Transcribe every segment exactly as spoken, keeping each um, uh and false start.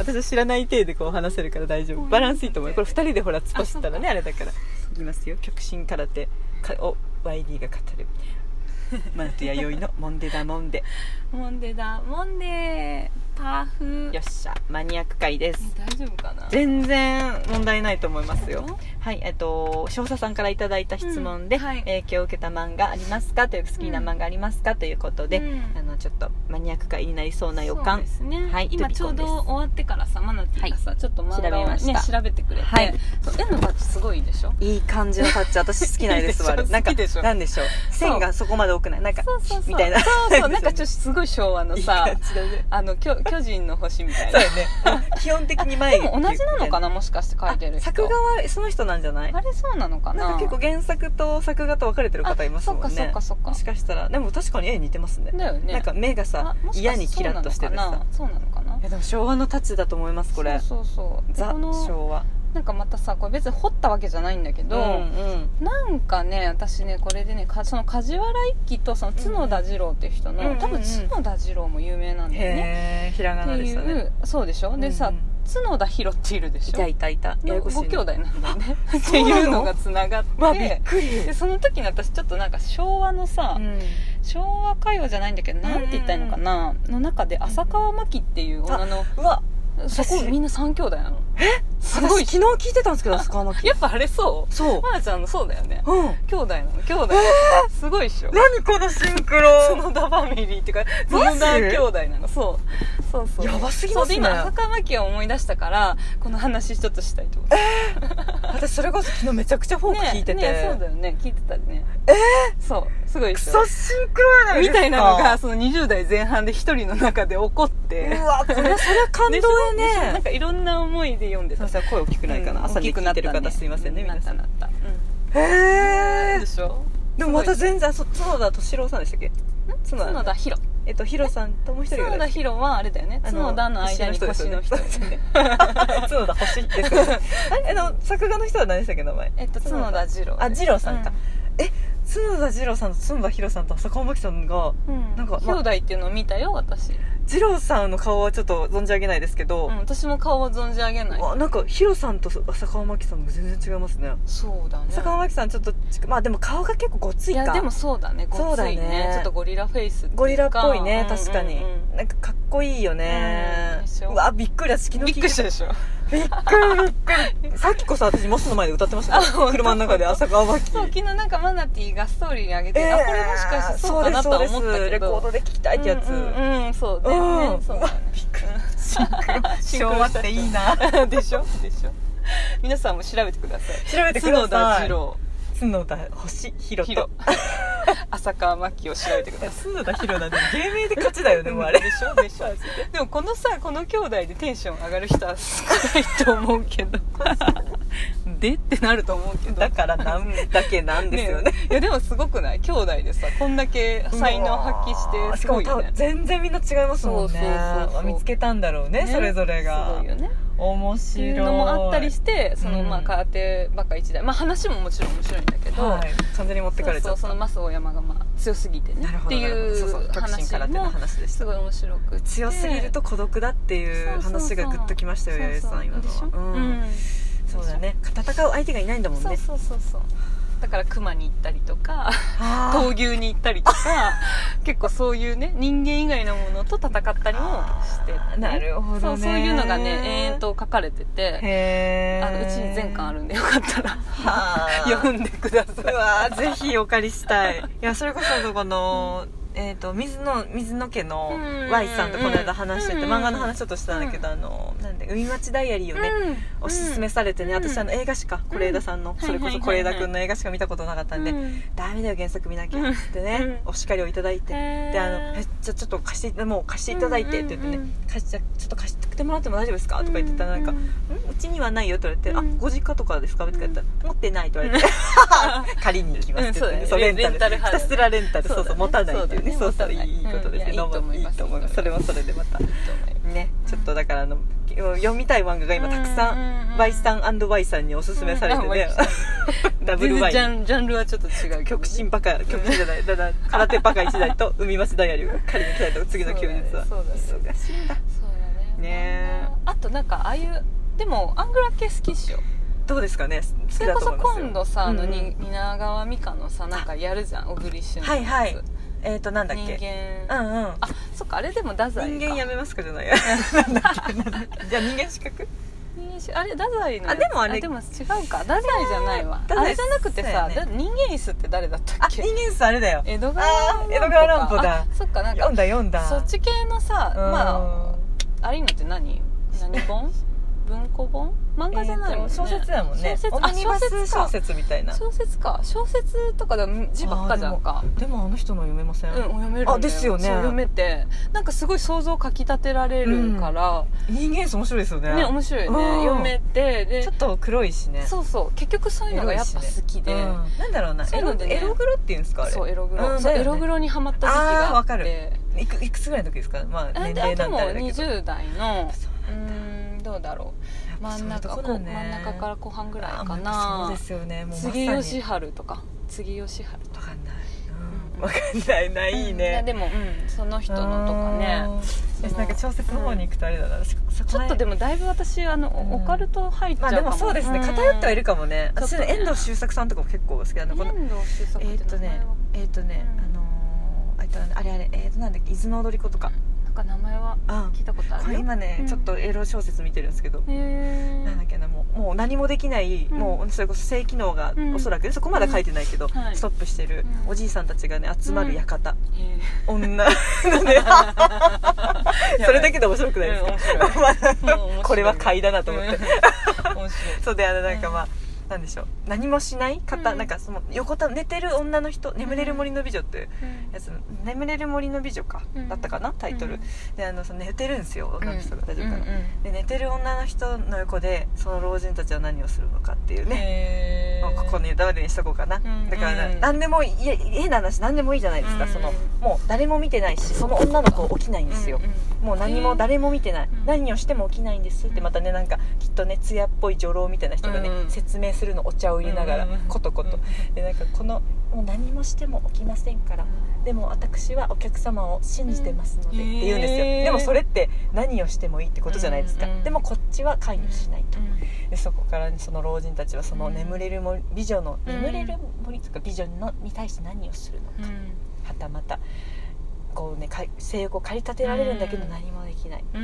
私は知らない体でこう話せるから大丈夫。バランスいいと思う。これふたりでほら突っ走ったらね、あれだから。いきますよ。極真空手を ワイディー が語るマント弥生のモンデだモンデモンデだモンデパフ。 よっしゃ、マニアック回です。 大丈夫かな。 全然問題ないと思いますよ。はい、えっと少佐さんからいただいた質問で、 うんはい、 影響を受けた漫画ありますかという、好きな漫画ありますかということで、うん、あのちょっとマニアック回になりそうな予感。 そうですね、 はい、 今ちょうど終わってからさ、マナティがさ、はい、ちょっと漫画を、ね、調べました。調べてくれて、はい、そう絵のタッチすごいでしょ。 いい感じのタッチ、私好きなんですわ。なんかなんでしょう、線がそこまで多くない、なんかそうそうそうみたいな、 そうそうなんかちょっとすごい昭和のさ、いい感じだね、あの巨巨人の星みたいな。 そうよね。基本的に前でも同じなのかな、もしかして書いてる人。 作画はその人なんじゃない？あれそうなのかな。 なんか結構原作と作画と分かれてる方いますもんね。 そっかそっかそっか。 もしかしたらでも確かに絵似てますね。 だよね。 なんか目がさ嫌にキラッとしてるさ。 そうなのかな。 いやでも昭和のタッチだと思いますこれ。 そうそうそう。 ザ昭和。 なんかまたさ、これ別に掘ったわけじゃないんだけど、うんうん、なんかね、私ねこれでね、その梶原一騎とその角田二郎っていう人の、うんうん、多分角田二郎も有名なんだよね。 へー、ひらがなでしたね。 そうでしょ、うんうん、でさ、角田博っているでしょ。 いたいたいた。 ご兄弟なんだよね。っていうのがつながって、 わびっくり。 でその時に私ちょっとなんか昭和のさ、うん、昭和歌謡じゃないんだけど、なんて言ったらいいのかな、うんうん、の中で浅川真紀っていう女の、 うわそこみんな三兄弟なの。 え、すごい。昨日聞いてたんですけど、浅川真紀。 やっぱあれそう。 そう。 まなちゃんのそうだよね。 うん。 兄弟なの。兄弟。 えー、 すごいっしょ。 何このシンクロ。 角田ファミリーっていうか、角田兄弟なの。そう。そうそう。 やばすぎますね。 そうで、今、浅川真紀を思い出したから、この話ちょっとしたいと思う。 えー、私それこそ昨日めちゃくちゃフォーク聞いてて。 ね、ね、そうだよね。聞いてたね。 えー、そう。すごいっしょ。 クソシンクロやないですか。 みたいなのが、そのにじゅう代前半で一人の中で起こって。 うわ、これ、それは感動やね。 なんかいろんな思いで読んでた。 そう声大きくないかな、うん、朝に聞いてる方すいませんね、皆さん。 なったなった。 へえ。 でしょ。 でもまた全然、角田敏郎さんでしたっけ？ 角田博。 えっと、ヒロさんともう一人が角田博はあれだよね、角田の間に星の人ですね。 角田星ですけど、あの作画の人は何でしたっけ、名前。 えっと角田二郎。 あ、二郎さんか。え、角田二郎さんと角田博さんと浅川真紀さんがなんか兄弟っていうのを見たよ私。 二郎さんの顔はちょっと存じ上げないですけど、 うん、私も顔は存じ上げない。 わ、なんかヒロさんと浅川真紀さんが全然違いますね。 そうだね。 浅川真紀さんちょっと、まあでも顔が結構ごついか。 いやでもそうだね、ごついね。ちょっとゴリラフェイスっていうか、 ゴリラっぽいね、確かに。なんかかっこいいよね。うわ、びっくりだ。昨日びっくりしたでしょ。 びっくりびっくり。さっきこそ私モスの前で歌ってましたね。車の中で浅川真紀。 そう、昨日なんかマナティがストーリーにあげて、あ、これもしかしてそうかなとは思ったけど、 レコードで聞きたいってやつ。 うん、そうだよね。そうだね。 びっくり。昭和っていいな。 でしょでしょ。皆さんも調べてください。 調べてください。 角田二郎、 角田星弘と浅川真紀を調べてください。 角田博なんて芸名で勝ちだよね、もうあれ。 でしょでしょ。でもこのさ、この兄弟でテンション上がる人は少ないと思うけど。でってなると思うけど。 だからなんだけなんですよね。 ね、いやでもすごくない？兄弟でさ、こんだけ才能発揮してすごいよね。 全然みんな違いますもんね。そうそうそう。見つけたんだろうね、ね、それぞれが。 すごいよね。 面白い。 っていうのもあったりして、そのまあ空手ばっか一台、まあ話ももちろん面白いんだけど、はい、 完全に持ってかれちゃった。 そうそう、その増尾山がまあ強すぎてねっていう話もすごい面白くて、 強すぎると孤独だっていう話がグッときましたよ、八重さん今のは。うん。そうだね。戦う相手がいないんだもんね。 そうそうそうそう。だから熊に行ったりとか闘牛に行ったりとか結構そういうね、人間以外のものと戦ったりもして、ね、 なるほどね。 そう、そういうのがね延々と書かれてて、 へあのうちに全巻あるんでよかったら読んでください。 うわぜひお借りしたい。いやそれこそこの、うんえー、と水野水野家の Y さんとこの間話してて、漫画の話ちょっとしたんだけど、あのなんで海町ダイアリーをね、おすすめされてね、私あの映画しか是枝さんの、それこそ是枝くんの映画しか見たことなかったんで、ダメだよ原作見なきゃっつってね、お叱りをいただいて、であのえじゃあちょっと貸してもう貸していただいてって言ってね、貸しちゃちょっと貸してもらっても大丈夫ですかとか言ってたら、なんかんうちにはないよって言われて、あご実家とかですかって言ったら持ってないって言われて借りに行きますって言ってね、そうレンタルひたすらレンタル、そうそう持たないっていうね、そうそういいいいことですね。いいと思います。それもそれでまたね、ちょっとだからあの読みたい漫画が今たくさん Y さん &Y さんにおすすめされてね、ダブル Y ジャンルはちょっと違う。 極真バカ極真じゃない、だから空手バカ一台と海町ダイアリーを借りに来たいと次の休日は。 そうだね。 忙しいんだ。 そうだね。 ね。あとなんかああいうでもアングラ系好きっしょ。 どうですかね。 それこそ今度さ、あの蜷川美香のさなんかやるじゃん、小栗旬のはいはい。えっとなんだっけ。 人間。 うんうん。 あ、そっかあれでも太宰か。 人間やめますかじゃない。なんだっけなんだっけ。じゃあ人間資格？ あれ太宰の。 あでもあれでも違うか。太宰じゃないわ。あれじゃなくてさ、人間椅子って誰だったっけ？ あ、人間椅子あれだよ。 江戸川江戸川乱歩だ。 そっかなんか。 読んだ読んだ。 そっち系のさ、まああれのって何？何本？文庫本？漫画じゃないもんね。 小説だもんね。 小説、 オムニバス小説みたいな。 小説か。小説とかでも字ばっかじゃんか。 でもあの人の読めません？ うん、読めるんだよ。 あ、ですよね。 読めて、なんかすごい想像をかき立てられるから。 人間面白いですよね。 ね、面白いよね。読めて、 でちょっと黒いしね。 そうそう。結局そういうのがやっぱ好きで。 なんだろうな。エロ黒っていうんですかあれ。 そう、エロ黒。そう、エロ黒にハマった時期があって。 わかる。いくいくつぐらいの時ですか？まあ年齢なんてあれだけど。 にじゅう代のうんどうだろう。真ん中、真ん中から後半ぐらいかな。 そうですよね。もう杉義治とか杉義治とか。 わかんない。わかんないな、いいね。 いやでもその人のとかね。 なんか小説の方に行くとあれだな。ちょっとでもだいぶ私あのオカルト入っちゃうかも。 まあでもそうですね。偏ってはいるかもね。私遠藤周作さんとかも結構好きなの。 遠藤周作えっとねえっとねあのあれあれえっとなんだっけ伊豆の踊り子とか。 なんか名前は聞いたことある。 これ今ねちょっとエロ小説見てるんですけど、なんだっけなもうもう何もできないもうそれこそ性機能がおそらくそこまで書いてないけどストップしてるおじいさんたちがね集まる館、女のねそれだけで面白くないですか？これは怪だなと思って。そうであのなんかまあなんでしょう何もしない方、うん、なんかその横た寝てる女の人、眠れる森の美女っていうやつ、うん、眠れる森の美女か、うん、だったかなタイトル、うん、であのその寝てるんですよ女の人が、大丈夫かな、うん、で寝てる女の人の横でその老人たちは何をするのかっていうね、もうここにダメにしとこうかな、うん、だからな何でもいい変な話何でもいいじゃないですか、うん、そのもう誰も見てないしその女の子起きないんですよ、うん、もう何も誰も見てない、うん、何をしても起きないんですってまたねなんかきっとね艶っぽい女郎みたいな人がね、うん、説明するのお茶を入れながらコトコトでなんかこのもう何もしても起きませんからでも私はお客様を信じてますのでって言うんですよ。でもそれって何をしてもいいってことじゃないですか。でもこっちは関与しないと。でそこからその老人たちはその眠れる森美女の眠れる森とか美女のに対して何をするのか、はたまたこうね性欲を駆り立てられるんだけど何もできない、うん、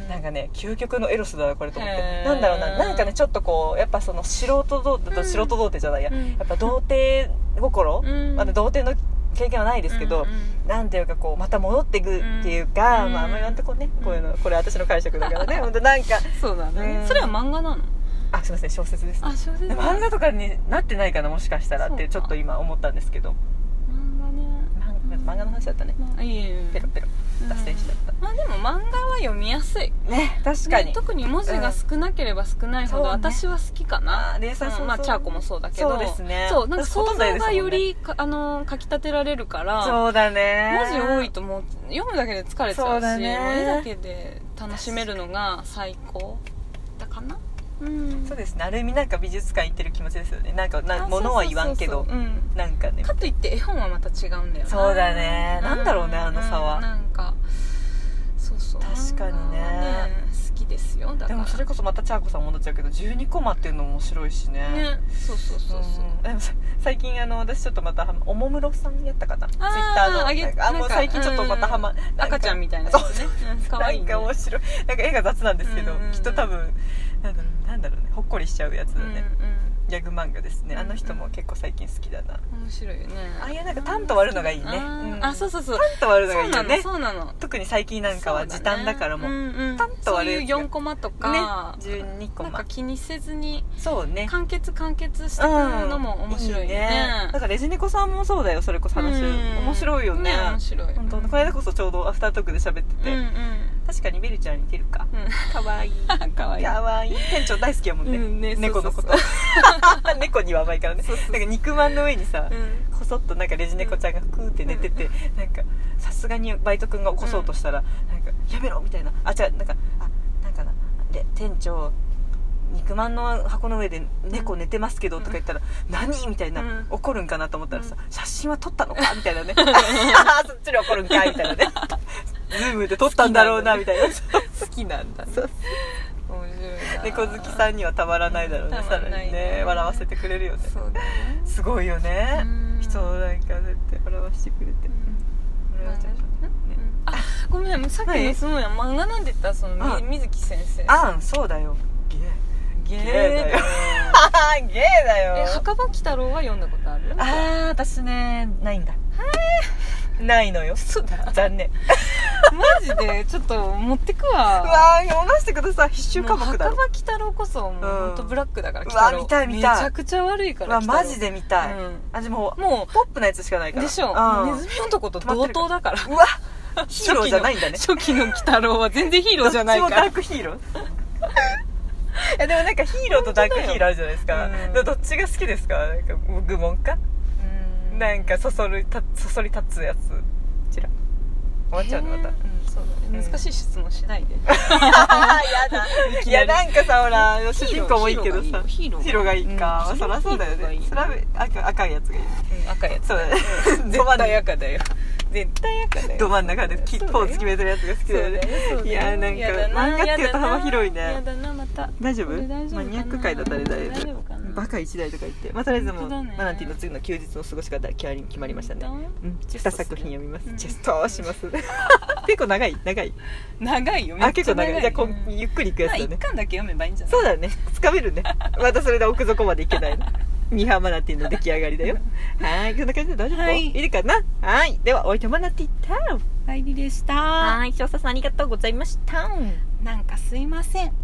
なんかね究極のエロスだなこれと思ってなんだろうななんかねちょっとこうやっぱその素人童貞と素人童貞じゃないや、うん、やっぱ童貞心、うんまあ、童貞の経験はないですけど、うんうん、なんていうかこうまた戻っていくっていうか、うん、まああんまりなんてこうねこういうのこれ私の解釈だからね本当なんかそうだね、うん、それは漫画なの？ あすいません小説です、ね、 あ小説漫画とかになってないかなもしかしたらってちょっと今思ったんですけど漫画の話だったね、まあ、いいペロペロ脱線しちゃった、 うん、まあでも漫画は読みやすいね確かに、 ね、特に文字が少なければ少ないほど私は好きかな、 うん、ね、 うん、まあチャーコもそうだけどそうですねそうなんか想像がより、ね、あの書き立てられるからそうだね文字多いともう読むだけで疲れちゃうしう、ね、絵だけで楽しめるのが最高だかな。うん、 そうですねある意味なんか美術館行ってる気持ちですよねなんかな物は言わんけどなんかねかといって絵本はまた違うんだよねそうだね、うん、なんだろうねあの差は、 うん、なんかそうそう確かに ね, ね好きですよだからでもそれこそまたチャーコさん戻っちゃうけどじゅうにコマっていうのも面白いしねねそうそうそうそう、うん、 でも最近あの私ちょっとまたおもむろさんやったかなツイッターのあげなんかあもう最近ちょっとまたはま、うん、 赤ちゃんみたいなやつねかわいいねなんか面白いなんか絵が雑なんですけど、うんうん、きっと多分なんだろうなんだろうねほっこりしちゃうやつだね、うんうん、ギャグ漫画ですねあの人も結構最近好きだな面白いよねああいうなんかタンと割るのがいいねあ、 うん、あそうそうそうタンと割るのがいいよねそうなのそうなの特に最近なんかは時短だからもう、ねうんうん、タンと割るそういうよんコマとか、 ね、じゅうにコマなんか気にせずにそうね完結完結してくるのも面白いよね、 うん、いいねだからレジネコさんもそうだよそれこそ話、うん、面白いよねね面白い本当、うん、この間こそちょうどアフタートークで喋ってて、うんうん確かにベルちゃんに似てるか、うん、かわいいかわいいかわいい店長大好きやもんね、 うんね、 猫のこと猫には甘いからねそうそうなんか肉まんの上にさ、うん、こそっとなんかレジ猫ちゃんがクーって寝てて、うん、なんかさすがにバイト君が起こそうとしたら、うん、なんかやめろみたいなあ違うなんかあなんかなで店長肉まんの箱の上で猫寝てますけどとか言ったら、うん、何みたいな、うん、怒るんかなと思ったらさ、うん、写真は撮ったのかみたいなねそっちに怒るんかみたいなねズームで撮ったんだろうなみたいな好きなんだね。 そう面白いな。 猫好きさんにはたまらないだろうね、 うんさらにね笑わせてくれるよね。 そうだね。 すごいよね、 うん人をなんかそうやって笑わせてくれて、笑わせちゃうね。 あ、ごめん、さっきのそのや漫画なんて言ったらそのあみ水木先生。 あん、そうだよ、ゲーゲーゲーだよゲーだよ。 え、墓場鬼太郎は読んだことある？ あー、私ねないんだ。ないのよ。 そうだ。 残念。 マジでちょっと持ってくわ。 うわー、読ませてください。必修科目だろ。 墓場鬼太郎こそもう本当ブラックだから。 うわ、見たい見たい。 めちゃくちゃ悪いから。 うわ、マジで見たい。あ、でももうポップなやつしかないから。 でしょ。ネズミ男と同等だから。 うわ、ヒーローじゃないんだね。 初期の鬼太郎は全然ヒーローじゃないから。 どっちもダークヒーロー。いやでもなんかヒーローとダークヒーローあるじゃないですか。どっちが好きですか？なんか愚問か？なんかそそるたそそり立つやつ。こちら。終わっちゃうのまた。 そうだね。難しい質問しないで。 やだ。いやなんかさほら主人公もいいけどさ。ヒーローがいいか。そりゃそうだよね。それは赤赤いやつがいい。 赤いやつ。 そうだね。 絶対赤だよ。絶対赤だよ。 ど真ん中でポーズ決めてるやつが好きだよね。いやなんか漫画っていうと幅広いね。 やだなまた。 大丈夫？マニアック界だったら大丈夫。バカ一台とか言って、まあ、とりあえずもうマナティの次の休日の過ごし方決まりましたね。うん、にさく品読みます。チェストします。結構長い長い長いよ。 あ、結構長い。じゃあこゆっくりいくやつだね。 一巻だけ読めばいいんじゃない？ そうだね。つかめるね。またそれで奥底までいけないの。ミハマナティの出来上がりだよ。はい、こんな感じで大丈夫？はい、いいかな。はい、ではおいとマナティタウン。 ライリでした。 はい、翔太さんありがとうございました。 なんかすいません。